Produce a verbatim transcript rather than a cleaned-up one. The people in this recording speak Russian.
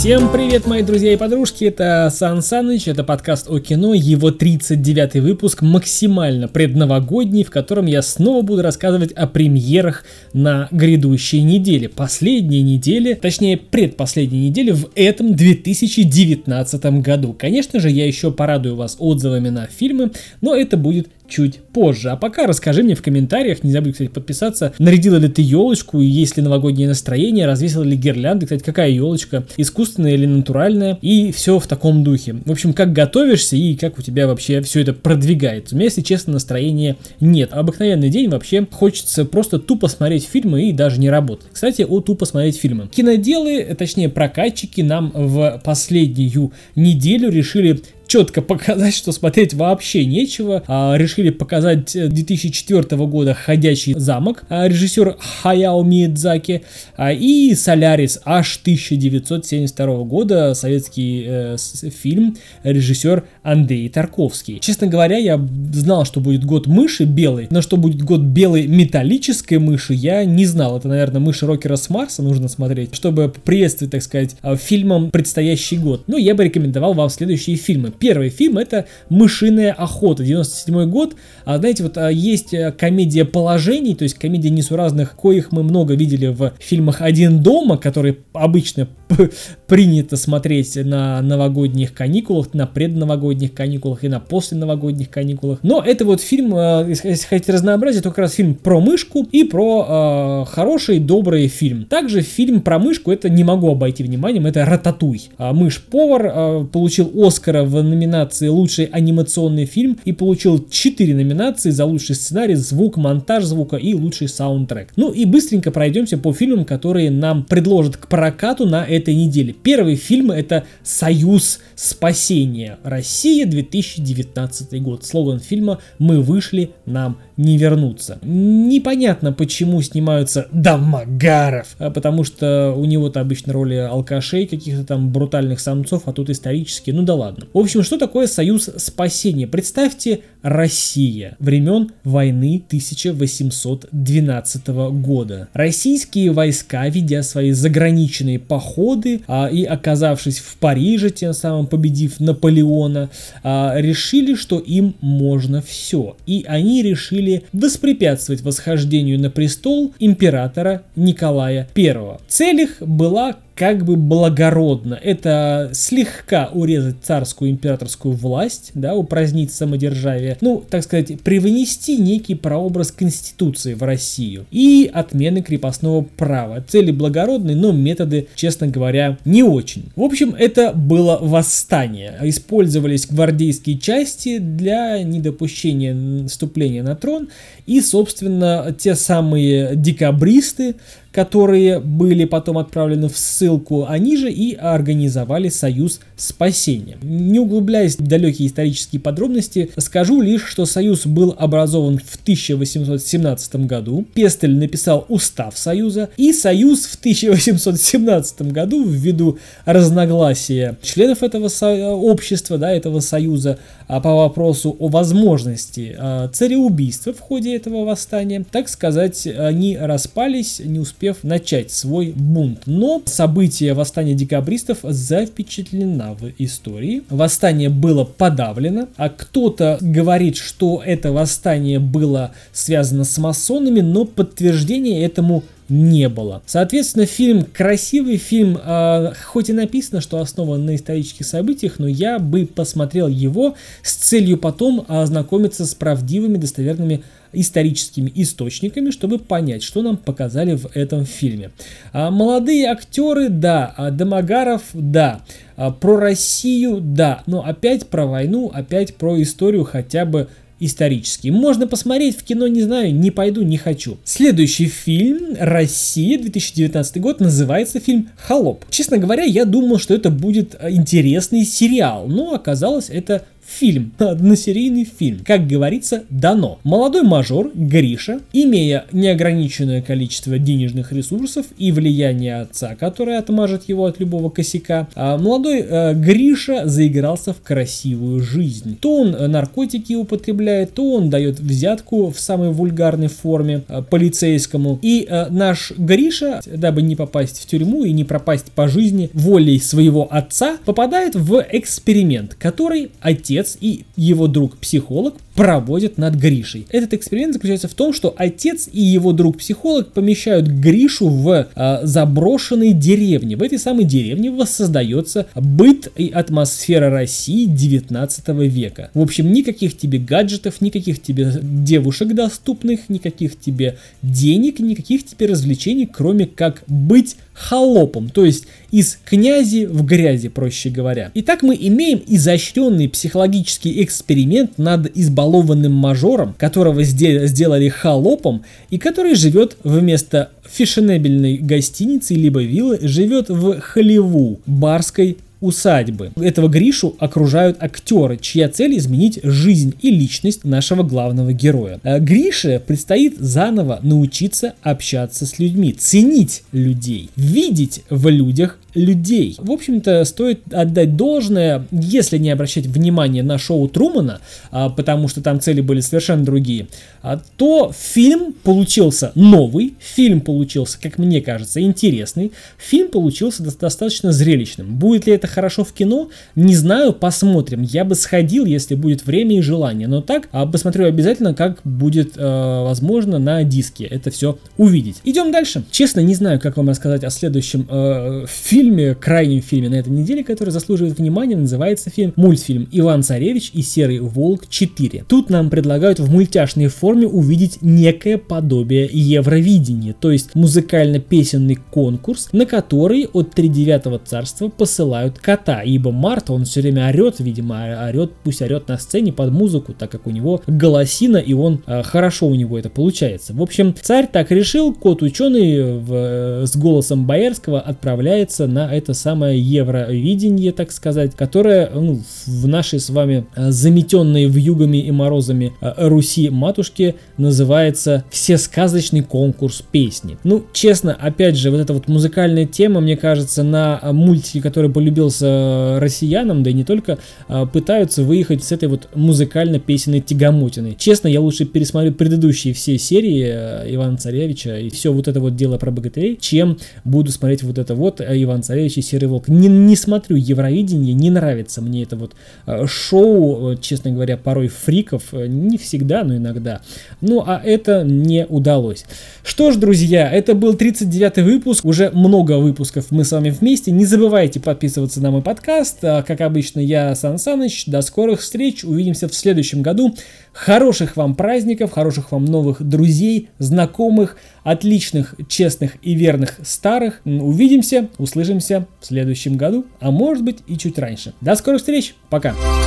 Всем привет, мои друзья и подружки, это Сан Саныч, это подкаст о кино, его тридцать девятый выпуск, максимально предновогодний, в котором я снова буду рассказывать о премьерах на грядущей неделе, последней неделе, точнее предпоследней неделе в этом две тысячи девятнадцатом году. Конечно же, я еще порадую вас отзывами на фильмы, но это будет чуть позже. А пока расскажи мне в комментариях, не забудь, кстати, подписаться, нарядила ли ты елочку, есть ли новогоднее настроение, развесила ли гирлянды, кстати, какая елочка, искусственная или натуральная, и все в таком духе. В общем, как готовишься и как у тебя вообще все это продвигается. У меня, если честно, настроения нет. Обыкновенный день вообще хочется просто тупо смотреть фильмы и даже не работать. Кстати, о тупо смотреть фильмы. Киноделы, точнее прокатчики, нам в последнюю неделю решили четко показать, что смотреть вообще нечего. А, решили показать две тысячи четвёртого года «Ходячий замок», а, режиссер Хаяо Миядзаки, а, и «Солярис» аж тысяча девятьсот семьдесят второго года, советский э, с, фильм, режиссер Андрей Тарковский. Честно говоря, я знал, что будет год мыши белой, но что будет год белой металлической мыши, я не знал. Это, наверное, мыши Рокера с Марса нужно смотреть, чтобы приветствовать, так сказать, фильмом предстоящий год. Но я бы рекомендовал вам следующие фильмы. Первый фильм — это «Мышиная охота», девяносто седьмой год. А, знаете, вот а, есть комедия положений, то есть комедия несуразных, коих мы много видели в фильмах «Один дома», которые обычно принято смотреть на новогодних каникулах, на предновогодних каникулах и на посленовогодних каникулах. Но это вот фильм, а, если хотите разнообразие, то как раз фильм про мышку и про а, хороший, добрый фильм. Также фильм про мышку, это не могу обойти вниманием, это «Рататуй». А, мышь-повар а, получил Оскара в номинации «Лучший анимационный фильм» и получил четыре номинации за лучший сценарий, звук, монтаж звука и лучший саундтрек. Ну и быстренько пройдемся по фильмам, которые нам предложат к прокату на этой неделе. Первый фильм — это «Союз спасения. Россия, две тысячи девятнадцатый год». Слоган фильма «Мы вышли, нам не вернуться». Непонятно, почему снимаются Домогаров, потому что у него-то обычно роли алкашей, каких-то там брутальных самцов, а тут исторические. Ну да ладно. В общем, что такое «Союз спасения»? Представьте, Россия времен войны тысяча восемьсот двенадцатого года. Российские войска, ведя свои заграничные походы а, и оказавшись в Париже, тем самым победив Наполеона, а, решили, что им можно все. И они решили воспрепятствовать восхождению на престол императора Николая Первого. Цель их была как бы благородно. Это слегка урезать царскую императорскую власть, да, упразднить самодержавие, ну, так сказать, привнести некий прообраз конституции в Россию и отмены крепостного права. Цели благородные, но методы, честно говоря, не очень. В общем, это было восстание. Использовались гвардейские части для недопущения вступления на трон и, собственно, те самые декабристы, которые были потом отправлены в ссылку, они же и организовали Союз спасения. Не углубляясь в далекие исторические подробности, скажу лишь, что Союз был образован в тысяча восемьсот семнадцатом году, Пестель написал устав Союза, и Союз в тысяча восемьсот семнадцатом году, ввиду разногласия членов этого со- общества, да, этого Союза, а по вопросу о возможности а, цареубийства в ходе этого восстания, так сказать, они распались, не успев начать свой бунт. Но события восстания декабристов запечатлена в истории. Восстание было подавлено, а кто-то говорит, что это восстание было связано с масонами, но подтверждения этому не было. Соответственно, фильм красивый, фильм, э, хоть и написано, что основан на исторических событиях, но я бы посмотрел его с целью потом ознакомиться с правдивыми, достоверными историческими источниками, чтобы понять, что нам показали в этом фильме. А, молодые актеры, да, а Домогаров, да, а, про Россию, да, но опять про войну, опять про историю хотя бы исторический. Можно посмотреть в кино, не знаю, не пойду, не хочу. Следующий фильм «Россия», две тысячи девятнадцатый год, называется фильм «Холоп». Честно говоря, я думал, что это будет интересный сериал, но оказалось, это фильм, односерийный фильм. Как говорится, дано. Молодой мажор Гриша, имея неограниченное количество денежных ресурсов и влияние отца, которое отмажет его от любого косяка, молодой э, Гриша заигрался в красивую жизнь. То он наркотики употребляет, то он дает взятку в самой вульгарной форме э, полицейскому. И э, наш Гриша, дабы не попасть в тюрьму и не пропасть по жизни волей своего отца, попадает в эксперимент, который отец и его друг-психолог проводят над Гришей. Этот эксперимент заключается в том, что отец и его друг-психолог помещают Гришу в э, заброшенной деревне. В этой самой деревне воссоздается быт и атмосфера России девятнадцатого века. В общем, никаких тебе гаджетов, никаких тебе девушек доступных, никаких тебе денег, никаких тебе развлечений, кроме как быть холопом, то есть из князи в грязи, проще говоря. Итак, мы имеем изощренный психологический эксперимент над избалованным мажором, которого сделали холопом, и который живет вместо фешенебельной гостиницы либо виллы, живет в хлеву барской усадьбы. Этого Гришу окружают актеры, чья цель изменить жизнь и личность нашего главного героя. Грише предстоит заново научиться общаться с людьми, ценить людей, видеть в людях людей. В общем-то, стоит отдать должное, если не обращать внимания на шоу Трумана, потому что там цели были совершенно другие, то фильм получился новый, фильм получился, как мне кажется, интересный, фильм получился достаточно зрелищным. Будет ли это хорошо в кино? Не знаю, посмотрим. Я бы сходил, если будет время и желание, но так посмотрю обязательно, как будет возможно на диске это все увидеть. Идем дальше. Честно, не знаю, как вам рассказать о следующем э, фильме, фильме, крайнем фильме на этой неделе, который заслуживает внимания, называется фильм, мультфильм «Иван Царевич и Серый Волк четыре». Тут нам предлагают в мультяшной форме увидеть некое подобие Евровидения, то есть музыкально-песенный конкурс, на который от тридевятого царства посылают кота, ибо Марта, он все время орет, видимо, орет, пусть орет на сцене под музыку, так как у него голосина, и он, э, хорошо у него это получается. В общем, царь так решил, кот-ученый в, э, с голосом Боярского отправляется на это самое Евровидение, так сказать, которое, ну, в нашей с вами заметенной вьюгами и морозами Руси матушки называется «Всесказочный конкурс песни». Ну, честно, опять же, вот эта вот музыкальная тема, мне кажется, на мультике, который полюбился россиянам, да и не только, пытаются выехать с этой вот музыкально-песенной тягомотиной. Честно, я лучше пересмотрю предыдущие все серии Ивана Царевича и все вот это вот дело про богатырей, чем буду смотреть вот это вот Иван Царевич и Серый Волк. Не, не смотрю Евровидение, не нравится мне это вот шоу, честно говоря, порой фриков, не всегда, но иногда. Ну, а это не удалось. Что ж, друзья, это был тридцать девятый выпуск, уже много выпусков мы с вами вместе. Не забывайте подписываться на мой подкаст. Как обычно, я Сан Саныч. До скорых встреч, увидимся в следующем году. Хороших вам праздников, хороших вам новых друзей, знакомых, отличных, честных и верных старых. Увидимся, услышимся в следующем году, а может быть и чуть раньше. До скорых встреч, пока!